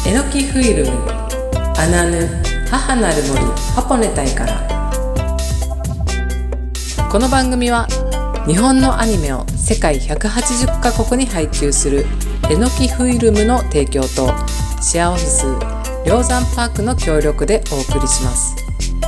えのきフィルムアナヌ母なる森ハポネタイから。この番組は日本のアニメを世界180カ国に配給するえのきフィルムの提供とシェアオフィス梁山パークの協力でお送りします。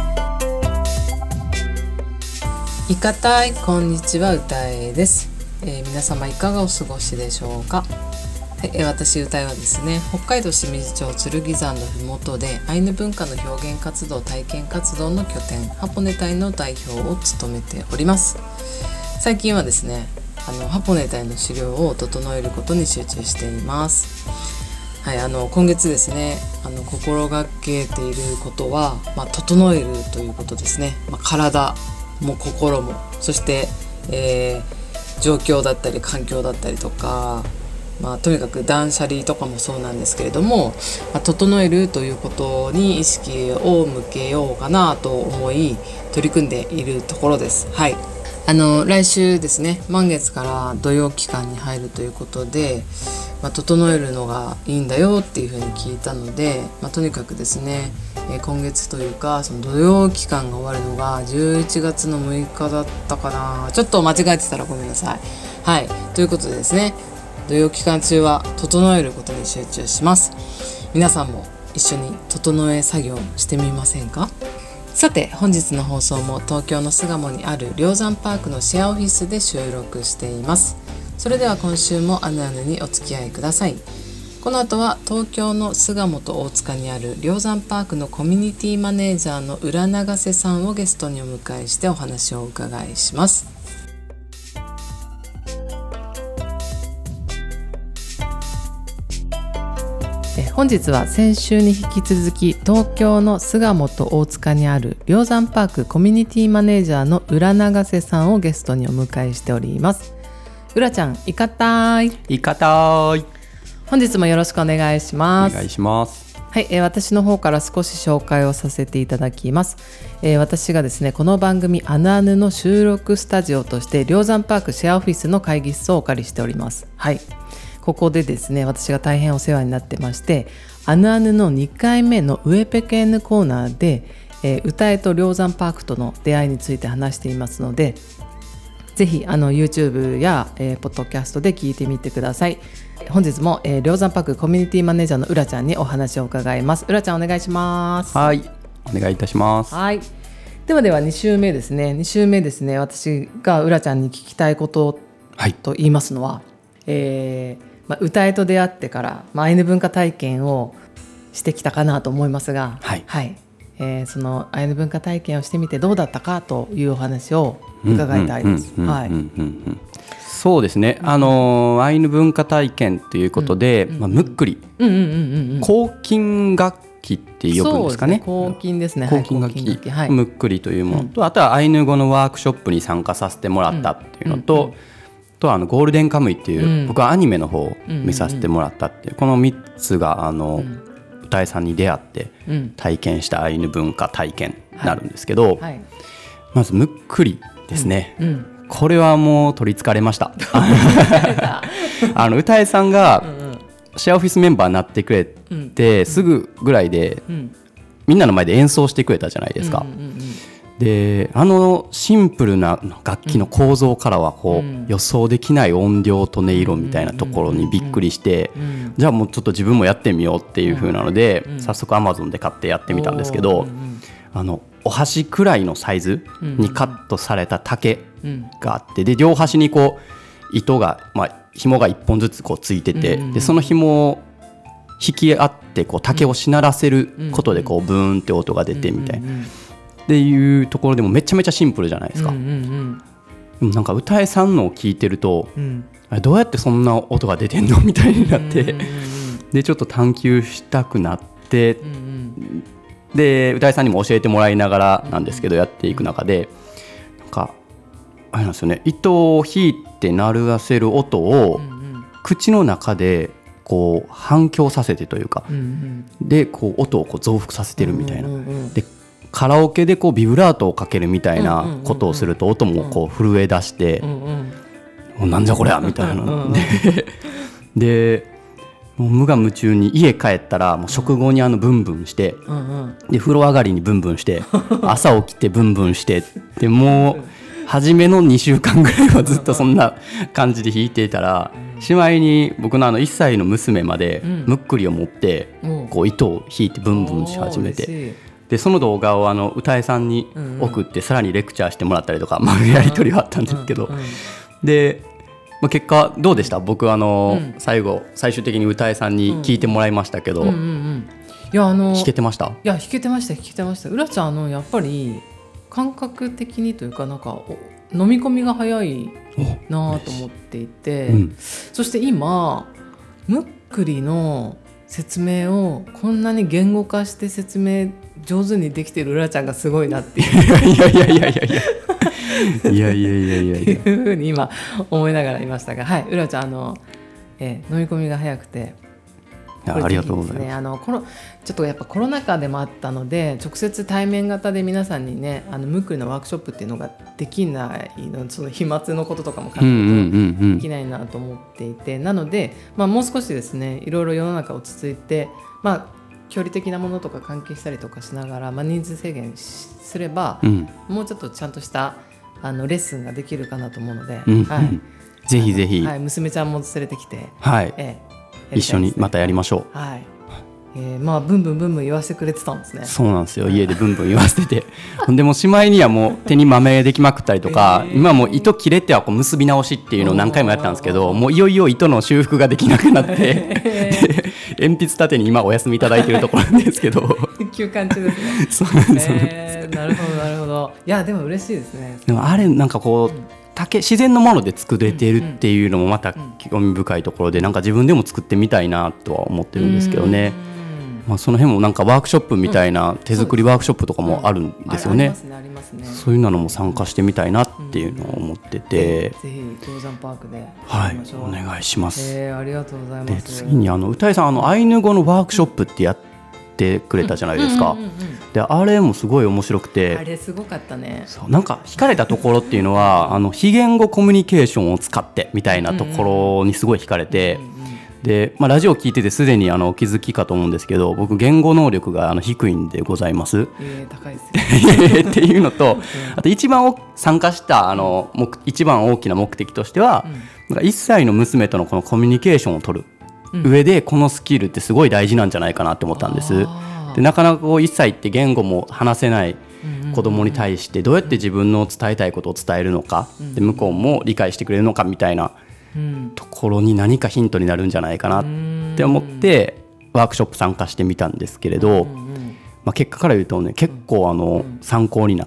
いかたいこんにちは、歌えです。皆様いかがお過ごしでしょうか。私歌えはですね、北海道清水町剣山のふもとでアイヌ文化の表現活動体験活動の拠点ハポネタイの代表を務めております。最近はですね、ハポネタイの資料を整えることに集中しています。今月ですね、心がけていることは、整えるということですね。体も心も、そして、状況だったり環境だったりとか、とにかく断捨離とかもそうなんですけれども、整えるということに意識を向けようかなと思い取り組んでいるところです。来週ですね、満月から土曜期間に入るということで、整えるのがいいんだよっていうふうに聞いたので、とにかくですね、今月というかその土曜期間が終わるのが11月の6日だったかな、ちょっと間違えてたらごめんなさい。ということでですね、土曜期間中は整えることに集中します。皆さんも一緒に整え作業してみませんか。さて、本日の放送も東京の巣鴨にある梁山パークのシェアオフィスで収録しています。それでは今週もアヌアヌにお付き合いください。この後は東京の巣鴨と大塚にある梁山パークのコミュニティマネージャーの浦永瀬さんをゲストにお迎えしてお話をお伺いします。本日は先週に引き続き東京の巣鴨と大塚にある梁山パークコミュニティマネージャーの浦永瀬さんをゲストにお迎えしております。浦ちゃん、いかたい。 いかたい。 本日もよろしくお願いします。 お願いします。 私の方から少し紹介をさせていただきます。私がですね、この番組アヌアヌの収録スタジオとして梁山パークシェアオフィスの会議室をお借りしております。ここでですね、私が大変お世話になってまして、アヌアヌの2回目のウエペケンヌコーナーで、歌えと梁山パークとの出会いについて話していますので、ぜひYouTube や、ポッドキャストで聞いてみてください。本日も、梁山パークコミュニティマネージャーの浦ちゃんにお話を伺います。浦ちゃん、お願いします。 お願いいたします。 では2週目ですね。私が浦ちゃんに聞きたいことと言いますのは、歌えと出会ってからアイヌ文化体験をしてきたかなと思いますが、そのアイヌ文化体験をしてみてどうだったかというお話を伺いたいです。 そうですね、アイヌ文化体験ということで、むっくり抗菌楽器って呼ぶんですかね。 抗菌ですね。 抗菌楽器、むっくりというものと、あとはアイヌ語のワークショップに参加させてもらったっていうのと、ゴールデンカムイっていう、僕はアニメの方を見させてもらったっていう、この3つが歌いさんに出会って体験したアイヌ文化体験になるんですけど、まずむっくりですね、これはもう取りつかれました。歌いさんがシェアオフィスメンバーになってくれてすぐぐらいで、みんなの前で演奏してくれたじゃないですか。で、シンプルな楽器の構造からは予想できない音量と音色みたいなところにびっくりして、じゃあもうちょっと自分もやってみようっていう風なので、早速 Amazon で買ってやってみたんですけど、お箸くらいのサイズにカットされた竹があって、で両端に糸が、紐が1本ずつついてて、でその紐を引き合って竹をしならせることでブーンって音が出てみたいなっていうところでもめちゃめちゃシンプルじゃないですか。でもなんか歌えさんのを聞いてると、どうやってそんな音が出てんのみたいになって、でちょっと探求したくなって、で歌いさんにも教えてもらいながらなんですけど、やっていく中でなんかあれなんですよね、糸を引いて鳴らせる音を口の中で反響させてというか、で音を増幅させてるみたいな、でカラオケでビブラートをかけるみたいなことをすると音も震え出して、なんじゃこりゃみたいなでもう無我夢中に家帰ったらもう食後にブンブンして、で風呂上がりにブンブンして朝起きてブンブンしてでもう初めの2週間ぐらいはずっとそんな感じで弾いていたら、しまいに僕の1歳の娘までむっくりを持ってこう糸を引いてブンブンし始めて、でその動画を歌えさんに送ってさらにレクチャーしてもらったりとか、やり取りはあったんですけど、で結果どうでした？僕最終的に歌えさんに聞いてもらいましたけど、弾けてました？ いや弾けてました。うらちゃんやっぱり感覚的にというか、なんか飲み込みが早いなと思っていて、そして今むっくりの説明をこんなに言語化して説明上手にできてるうらちゃんがすごいなっていういやっていうふうに今思いながらいましたが、はい、うらちゃん飲み込みが早くて、 ありがとうございます。 ちょっとやっぱコロナ禍でもあったので、直接対面型で皆さんにねむっくりのワークショップっていうのができないの、その飛沫のこととかも考えるとできないなと思っていて、なので、もう少しですね、いろいろ世の中落ち着いて、距離的なものとか関係したりとかしながら、人数制限すれば、もうちょっとちゃんとしたレッスンができるかなと思うので、 ぜひぜひ、 娘ちゃんも連れてきて、 一緒にまたやりましょう。 ブンブン言わせてくれてたんですね。 そうなんですよ、家でブンブン言わせててでもしまいにはもう手に豆できまくったりとか、今もう糸切れてはこう結び直しっていうのを何回もやったんですけど、もういよいよ糸の修復ができなくなって鉛筆立てに今お休みいただいているところなんですけど休館中ですね。 そうなんです、 なるほど。いやでも嬉しいですね。 でもあれなんかこう自然のもので作れているっていうのもまた興味深いところで、なんか自分でも作ってみたいなとは思ってるんですけどね。その辺もなんかワークショップみたいな手作りワークショップとかもあるんですよね。そういうのも参加してみたいなっていうのを思ってて、 ぜひ銅山パークでやりましょう。お願いします。 ありがとうございます。 で次に歌いさんアイヌ語のワークショップってやってくれたじゃないですか。であれもすごい面白くて、 あれすごかったね。 なんか惹かれたところっていうのは非言語コミュニケーションを使ってみたいなところにすごい惹かれて、でラジオを聞いててすでにお気づきかと思うんですけど、僕言語能力が低いんでございます。 高いですよっていうのと、あと一番参加した一番大きな目的としては、1歳の娘とのこのコミュニケーションを取る上でこのスキルってすごい大事なんじゃないかなって思ったんです。でなかなか1歳って言語も話せない子供に対してどうやって自分の伝えたいことを伝えるのか、で向こうも理解してくれるのかみたいなところに何かヒントになるんじゃないかなって思ってワークショップ参加してみたんですけれど、結果から言うとね、結構参考になって、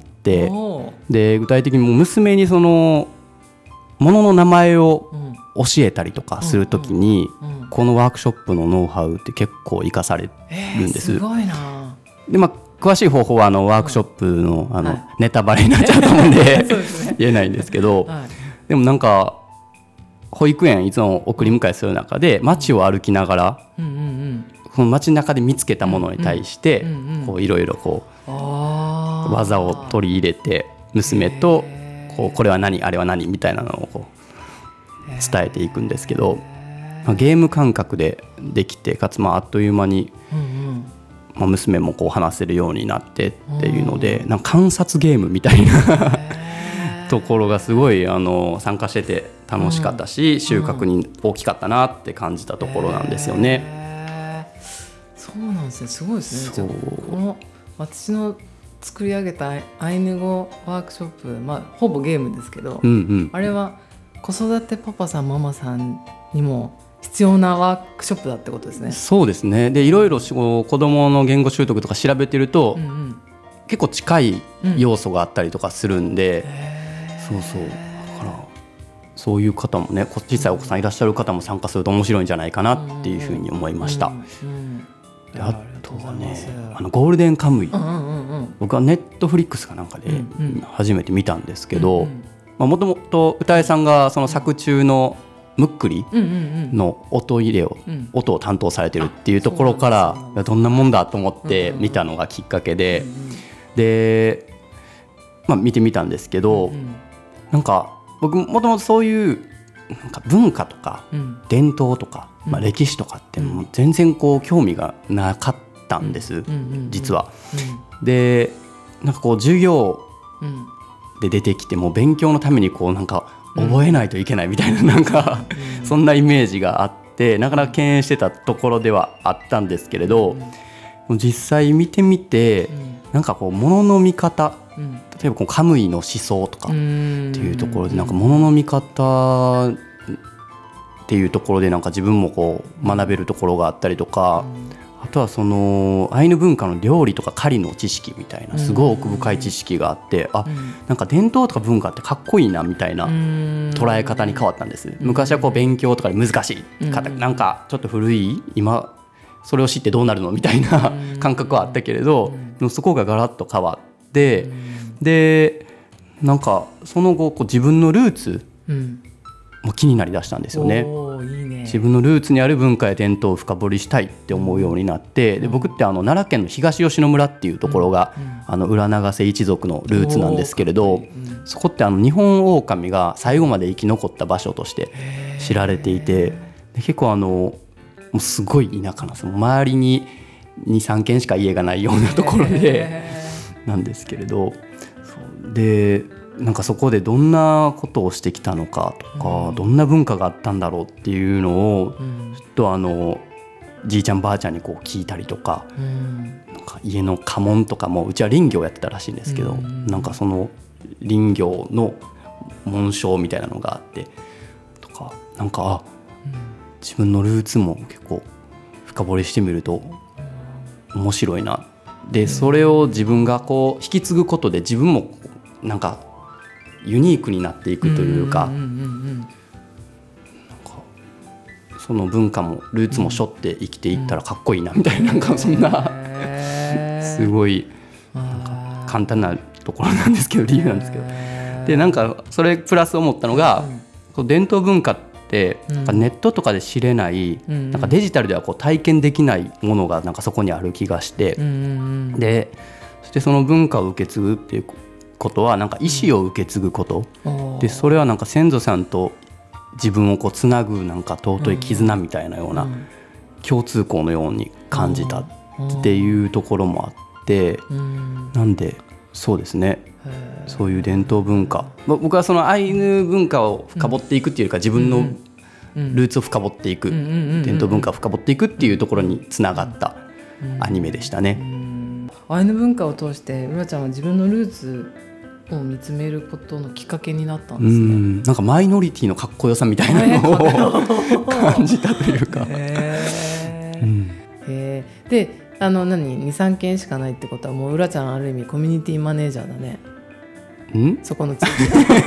で具体的にもう娘にそのものの名前を教えたりとかするときに、このワークショップのノウハウって結構活かされるんです。 すごいな。 で詳しい方法はワークショップのネタバレになっちゃうと思うんで言えないんですけど、でもなんか保育園いつも送り迎えする中で街を歩きながら、この街中で見つけたものに対していろいろ技を取り入れて、娘とこれは何あれは何みたいなのを伝えていくんですけど、ゲーム感覚でできて、かつあっという間に娘も話せるようになってっていうので、なんか観察ゲームみたいなところがすごい参加してて楽しかったし、収穫に大きかったなって感じたところなんですよね。 そうなんですね。すごいですね。じゃあこの私の作り上げたアイヌ語ワークショップ、ほぼゲームですけど、あれは子育てパパさんママさんにも必要なワークショップだってことですね。 そうですね。でいろいろ子どもの言語習得とか調べてると、結構近い要素があったりとかするんで、だからそういう方もね、小さいお子さんいらっしゃる方も参加すると面白いんじゃないかなっていうふうに思いました。であとはね、ゴールデンカムイ、僕はネットフリックスかなんかで初めて見たんですけど、もともと歌いさんがその作中のむっくりの音を担当されてるっていうところからどんなもんだと思って見たのがきっかけで、見てみたんですけど、なんか僕もともとそういうなんか文化とか伝統とか歴史とかってもう全然こう興味がなかったんです、実は。でなんかこう授業で出てきても勉強のためにこうなんか覚えないといけないみたいな、なんかそんなイメージがあって、なかなか敬遠してたところではあったんですけれど、実際見てみてなんかこう物の見方、例えばこうカムイの思想とかっていうところでなんか物の見方っていうところでなんか自分もこう学べるところがあったりとか、あとはそのアイヌ文化の料理とか狩りの知識みたいなすごい奥深い知識があって、なんか伝統とか文化ってかっこいいなみたいな捉え方に変わったんです。昔はこう勉強とかで難しいなんかちょっと古い今それを知ってどうなるのみたいな感覚はあったけれど、そこがガラッと変わって、でなんかその後こう自分のルーツも気になりだしたんですよね。 いいね。 自分のルーツにある文化や伝統を深掘りしたいって思うようになって、で僕って奈良県の東吉野村っていうところが、裏長瀬一族のルーツなんですけれど、そこってニホンオオカミが最後まで生き残った場所として知られていて、で結構もうすごい田舎なんです。周りに 2,3 軒しか家がないようなところでなんですけれど、でなんかそこでどんなことをしてきたのかとか、どんな文化があったんだろうっていうのをちょっとじいちゃんばあちゃんにこう聞いたりとか、なんか家の家紋とかもうちは林業やってたらしいんですけど、なんかその林業の紋章みたいなのがあってとか、なんか自分のルーツも結構深掘りしてみると面白いな。でそれを自分がこう引き継ぐことで自分もなんかユニークになっていくというか、なんかその文化もルーツも背負って生きていったらかっこいいなみたいな、なんかそんなすごいなんか簡単なところなんですけど理由なんですけど、でなんかそれプラス思ったのが、伝統文化ってなんかネットとかで知れない、なんかデジタルではこう体験できないものがなんかそこにある気がして、でそしてその文化を受け継ぐっていうことはなんか意思を受け継ぐことで、それはなんか先祖さんと自分をこうつなぐなんか尊い絆みたいなような共通項のように感じたっていうところもあって、なんでそうですね、そういう伝統文化、僕はそのアイヌ文化を深掘っていくっていうか、自分のルーツを深掘っていく、伝統文化を深掘っていくっていうところにつながったアニメでしたね。 アイヌ文化を通してうらちゃんは自分のルーツを見つめることのきっかけになったんですね。 なんかマイノリティのかっこよさみたいなのを感じたというか。 で2,3 件しかないってことはもううらちゃんある意味コミュニティマネージャーだね。そこの地域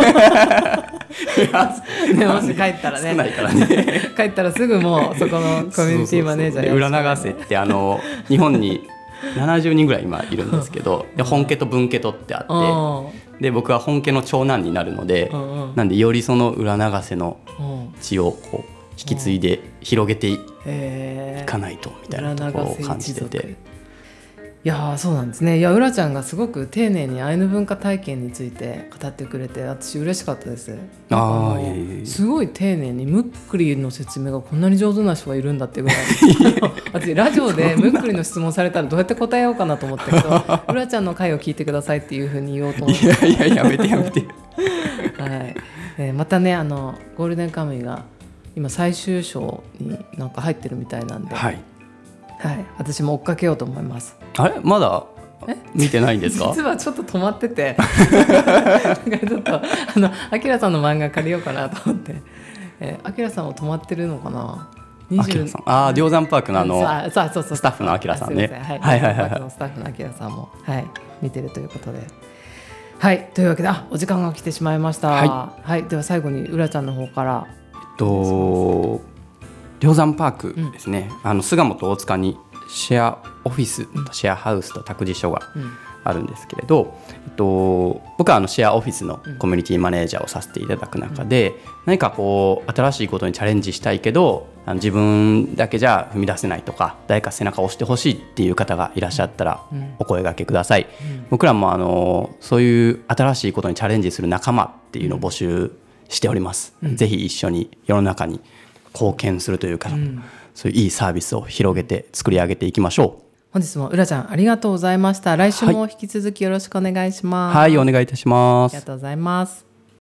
でもし帰ったらね、少ないからね帰ったらすぐもうそこのコミュニティマネージャー裏長瀬って日本に70人ぐらい今いるんですけどで本家と分家とってあってで僕は本家の長男になるのでなんでよりその裏長瀬の血をこう引き継いで広げていかないとみたいなところを感じてて、 いやそうなんですね。いやうらちゃんがすごく丁寧にアイヌ文化体験について語ってくれて私嬉しかったです。すごい丁寧にムックリの説明がこんなに上手な人がいるんだってぐらい私ラジオでムックリの質問されたらどうやって答えようかなと思ったけどうらちゃんの回を聞いてくださいっていうふうに言おうと思っていややめてやめてはい、またねゴールデンカムイが今最終章になんか入ってるみたいなんで、はいはい、私も追っかけようと思います。 あれまだ見てないんですか？ 実はちょっと止まっててなんかちょっとアキラさんの漫画借りようかなと思ってアキラさんは止まってるのかな。 アキラさん龍山パークのそうスタッフのアキラさんね。 はいはいはいはい。スタッフのアキラさんもはい見てるということで、はいというわけでお時間が来てしまいました。はいでは最後にうらちゃんの方から龍山パークですね、巣鴨と大塚にシェアオフィスとシェアハウスと託児所があるんですけれど、僕はシェアオフィスのコミュニティマネージャーをさせていただく中で、何かこう新しいことにチャレンジしたいけど自分だけじゃ踏み出せないとか誰か背中を押してほしいっていう方がいらっしゃったらお声掛けください。僕らもそういう新しいことにチャレンジする仲間っていうのを募集しております。ぜひ一緒に世の中に貢献するというか、そういういいサービスを広げて作り上げていきましょう。 本日もうらちゃんありがとうございました。来週も引き続きよろしくお願いします。 はい、お願いいたします。 ありがとうございます。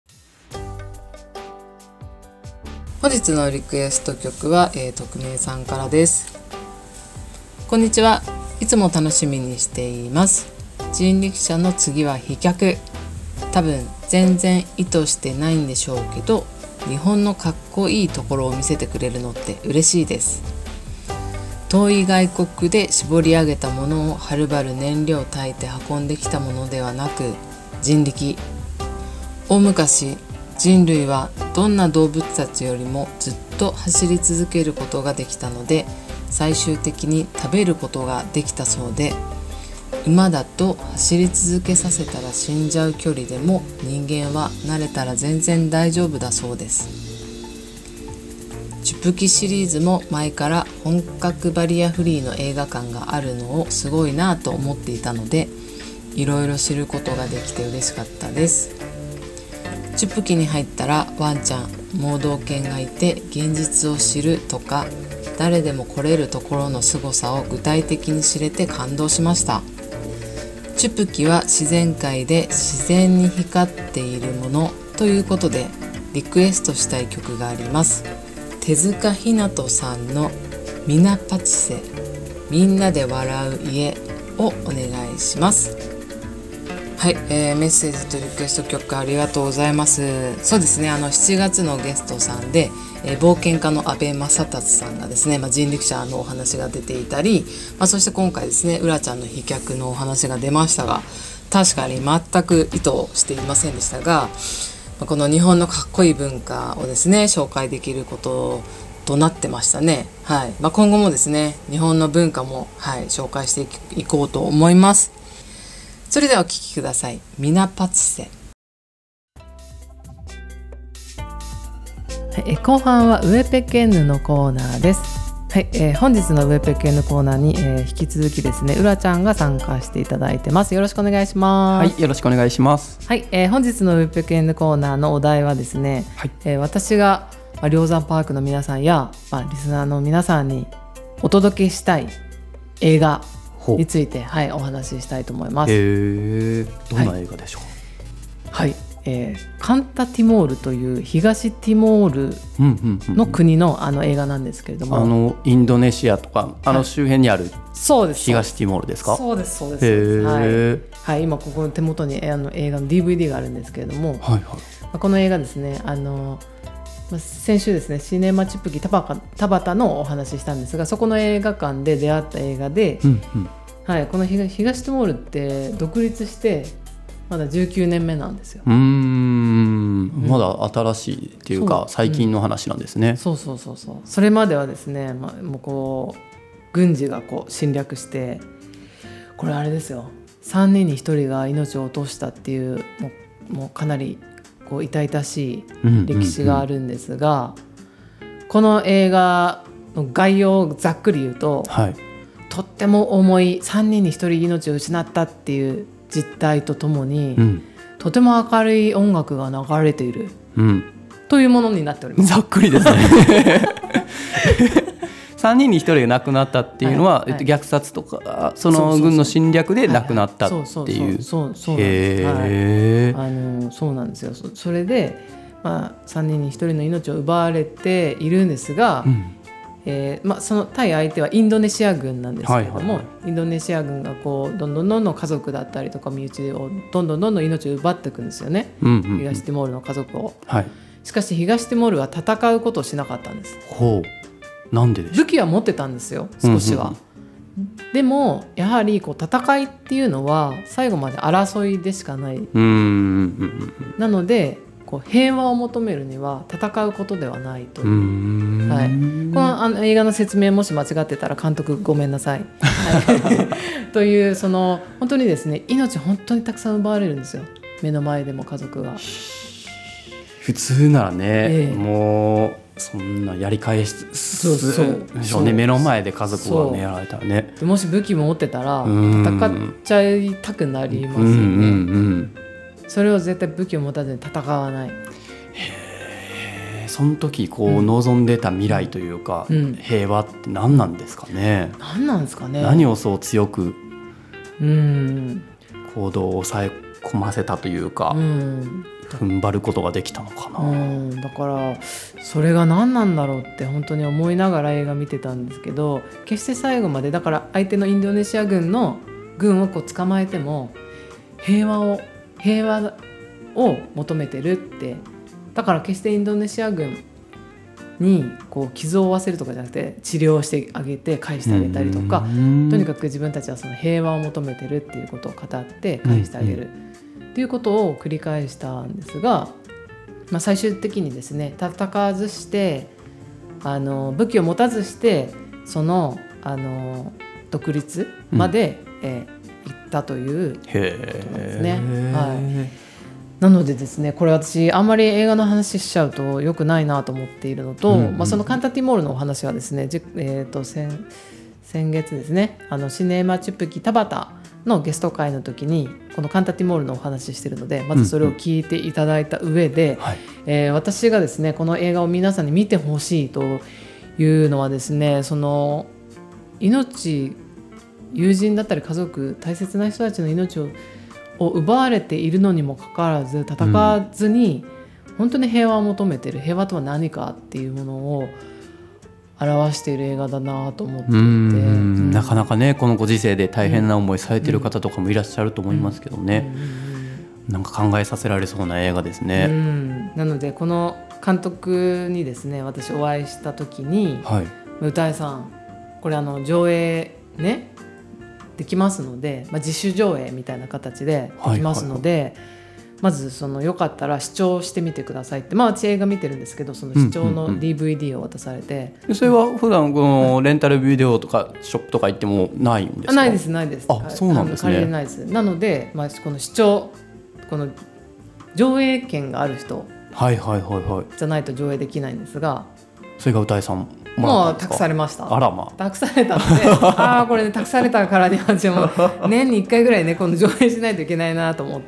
本日のリクエスト曲は、匿名さんからです。こんにちは。いつも楽しみにしています。人力車の次は飛脚。多分全然意図してないんでしょうけど、日本のかっこいいところを見せてくれるのって嬉しいです。遠い外国で絞り上げたものをはるばる燃料炊いて運んできたものではなく、人力。大昔、人類はどんな動物たちよりもずっと走り続けることができたので、最終的に食べることができたそうで、馬だと走り続けさせたら死んじゃう距離でも人間は慣れたら全然大丈夫だそうです。チュプキシリーズも前から本格バリアフリーの映画館があるのをすごいなと思っていたので、いろいろ知ることができて嬉しかったです。チュプキに入ったらワンちゃん、盲導犬がいて現実を知るとか、誰でも来れるところの凄さを具体的に知れて感動しました。チュプキは自然界で自然に光っているものということで、リクエストしたい曲があります。手塚ひなとさんのミナパチセ、みんなで笑う家をお願いします。はい、メッセージとリクエスト曲ありがとうございます。そうですね、7月のゲストさんで、冒険家の阿部正達さんがですね、人力車のお話が出ていたり、そして今回ですね、うらちゃんの飛脚のお話が出ましたが、確かに全く意図していませんでしたが、この日本のかっこいい文化をですね紹介できることとなってましたね。はい、今後もですね日本の文化も、紹介していこうと思います。それではお聴きください。ミナパチセ。後半はウエペケンヌのコーナーです。はい、本日のウェペケンのコーナーに、引き続きですね、うらちゃんが参加していただいてます。よろしくお願いします。 はい、よろしくお願いします。 はい、本日のウェペケンのコーナーのお題はですね、はい、私が、梁山パークの皆さんや、リスナーの皆さんにお届けしたい映画について、お話ししたいと思います。 どんな映画でしょう。 はい、カンタティモールという東ティモールの国の映画なんですけれども、 インドネシアとか周辺にある東ティモールですか。 そうですそうです。はい、今ここの手元に映画の DVD があるんですけれども、この映画ですね、先週ですねシネマチュプキ田端のお話ししたんですが、そこの映画館で出会った映画で、この東ティモールって独立してまだ19年目なんですよ。 まだ新しいっていうか最近の話なんですね。 そうそれまではですね、もうこう軍事がこう侵略して、これあれですよ、3人に1人が命を落としたっていう、もうかなりこう痛々しい歴史があるんですが、この映画の概要をざっくり言うと、とっても重い3人に1人命を失ったっていう実態とともに、とても明るい音楽が流れている、というものになっております。 ざっくりですね3人に1人が亡くなったっていうのは、虐殺とかその軍の侵略で亡くなったっていう。 そうなんですよ。それで、3人に1人の命を奪われているんですが、その対相手はインドネシア軍なんですけれども、インドネシア軍がこうどんどん家族だったりとか身内をどんどん命を奪っていくんですよね、東ティモールの家族を。しかし東ティモールは戦うことをしなかったんです。 なんででしょう。 武器は持ってたんですよ、少しは。でもやはりこう戦いっていうのは最後まで争いでしかない。なのでこう平和を求めるには戦うことではないという、この映画の説明もし間違ってたら監督ごめんなさいという、その本当にですね、命本当にたくさん奪われるんですよ、目の前でも家族が。 普通ならね、もうそんなやり返すでしょうね。目の前で家族がやられたらね。 もし武器も持ってたら戦っちゃいたくなりますよね。それを絶対武器を持たずに戦わない。 その時こう望んでた未来というか、平和って何なんですかね。 何なんですかね。 何をそう強く行動を抑え込ませたというか、踏ん張ることができたのかな。 だからそれが何なんだろうって本当に思いながら映画見てたんですけど、決して最後までだから相手のインドネシア軍をこう捕まえても平和を求めてるって、だから決してインドネシア軍にこう傷を負わせるとかじゃなくて治療してあげて返してあげたりとか、とにかく自分たちはその平和を求めてるっていうことを語って返してあげるっていうことを繰り返したんですが、最終的にですね、戦わずして武器を持たずしてその独立まで、行ったということですね。なのでですね、これ私あんまり映画の話しちゃうと良くないなと思っているのと、そのカンタティモールのお話はですね、先月ですね、シネマチュプキ田畑のゲスト会の時にこのカンタティモールのお話ししてるので、まずそれを聞いていただいた上で、私がですねこの映画を皆さんに見てほしいというのはですね、その命、友人だったり家族、大切な人たちの命を奪われているのにもかかわらず戦わずに、本当に平和を求めている、平和とは何かっていうものを表している映画だなと思っていて、 なかなかねこのご時世で大変な思いされている方とかもいらっしゃると思いますけどね、なんか考えさせられそうな映画ですね。 なのでこの監督にですね私お会いした時に、歌江さんこれ上映ねできますので、自主上映みたいな形でできますので、まずよかったら視聴してみてくださいって、私映画見てるんですけど、その視聴の DVD を渡されて、 それは普段このレンタルビデオとかショップとか行ってもないんですか？ ないです。 そうなんですね。 借りれないです。なので、この視聴、この上映権がある人じゃないと上映できないんですが、 それが歌江さんもう託されました。託されたのでこれね託されたからにはもう年に1回ぐらいねこの上映しないといけないなと思って。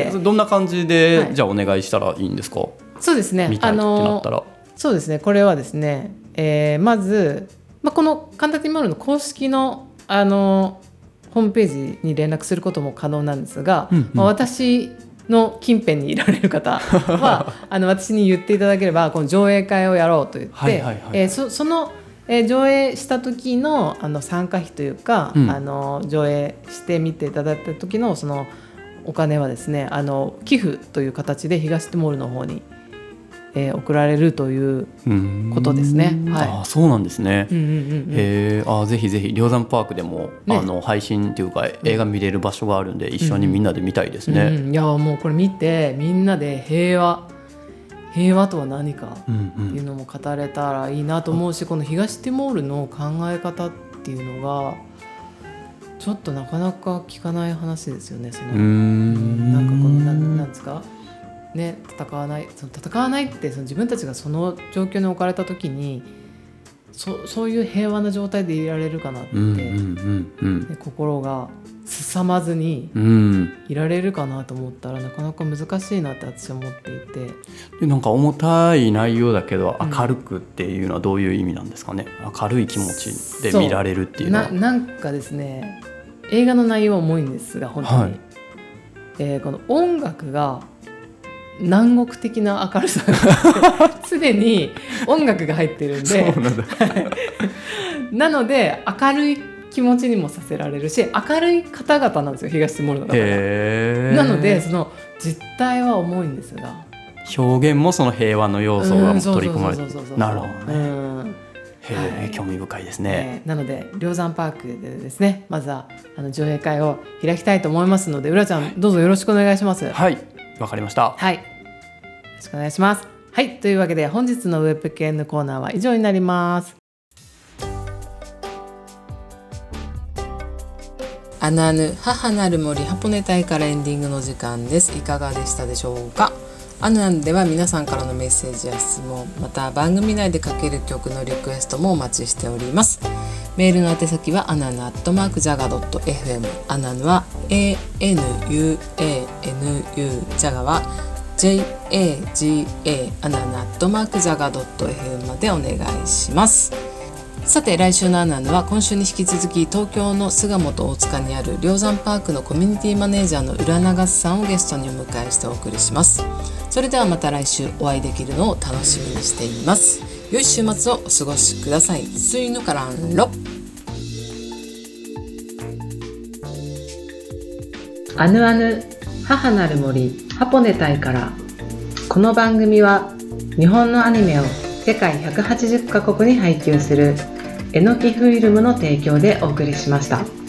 どんな感じで、じゃあお願いしたらいいんですか？ そうですね、 見たいってなったらそうですね、これはですね、まず、このカンタティモールの公式のホームページに連絡することも可能なんですが、私の近辺にいられる方は私に言っていただければこの上映会をやろうと言って、その、上映した時の参加費というか、上映してみていただいた時のそのお金はですね寄付という形で東ティモールの方に、送られるということですね。 そうなんですね。ぜひぜひ梁山パークでも、配信というか映画見れる場所があるんで、一緒にみんなで見たいですね。 いやもうこれ見てみんなで平和とは何かっていうのも語れたらいいなと思うし、この東ティモールの考え方っていうのがちょっとなかなか聞かない話ですよね。なんかこのなんですかね、戦わないって自分たちがその状況に置かれた時にそういう平和な状態でいられるかなって、心がすさまずにいられるかなと思ったら、なかなか難しいなって私は思っていて、 でなんか重たい内容だけど明るくっていうのはどういう意味なんですかね？明るい気持ちで見られるっていうのはなんかですね、映画の内容は重いんですが本当に、この音楽が南国的な明るさが常に音楽が入ってるんでなので明るい気持ちにもさせられるし、明るい方々なんですよ東ティモールの方が。なのでその実態は重いんですが、 表現もその平和の要素が取り込まれて、なるほどね。興味深いですね。 なので梁山パークでですね、まずは上映会を開きたいと思いますので、浦ちゃんどうぞよろしくお願いします。 はい、わかりました。 はい、よろしくお願いします。はい、というわけで本日のウェブ系のコーナーは以上になります。アナヌ母なる森ハポネ隊からエンディングの時間です。いかがでしたでしょうか？アナヌでは皆さんからのメッセージや質問、また番組内でかける曲のリクエストもお待ちしております。メールの宛先はananu@jaga.fm、 アナヌは ANUANU、 ジャガは jaga@jaga.fm までお願いします。さて来週のアナヌは今週に引き続き東京の巣鴨と大塚にある梁山パークのコミュニティマネージャーの浦永さんをゲストにお迎えしてお送りします。それではまた来週お会いできるのを楽しみにしています。良い週末をお過ごしください。水のからんろ。アヌアヌ母なる森ハポネタイから。この番組は日本のアニメを世界180カ国に配給するえのきフィルムの提供でお送りしました。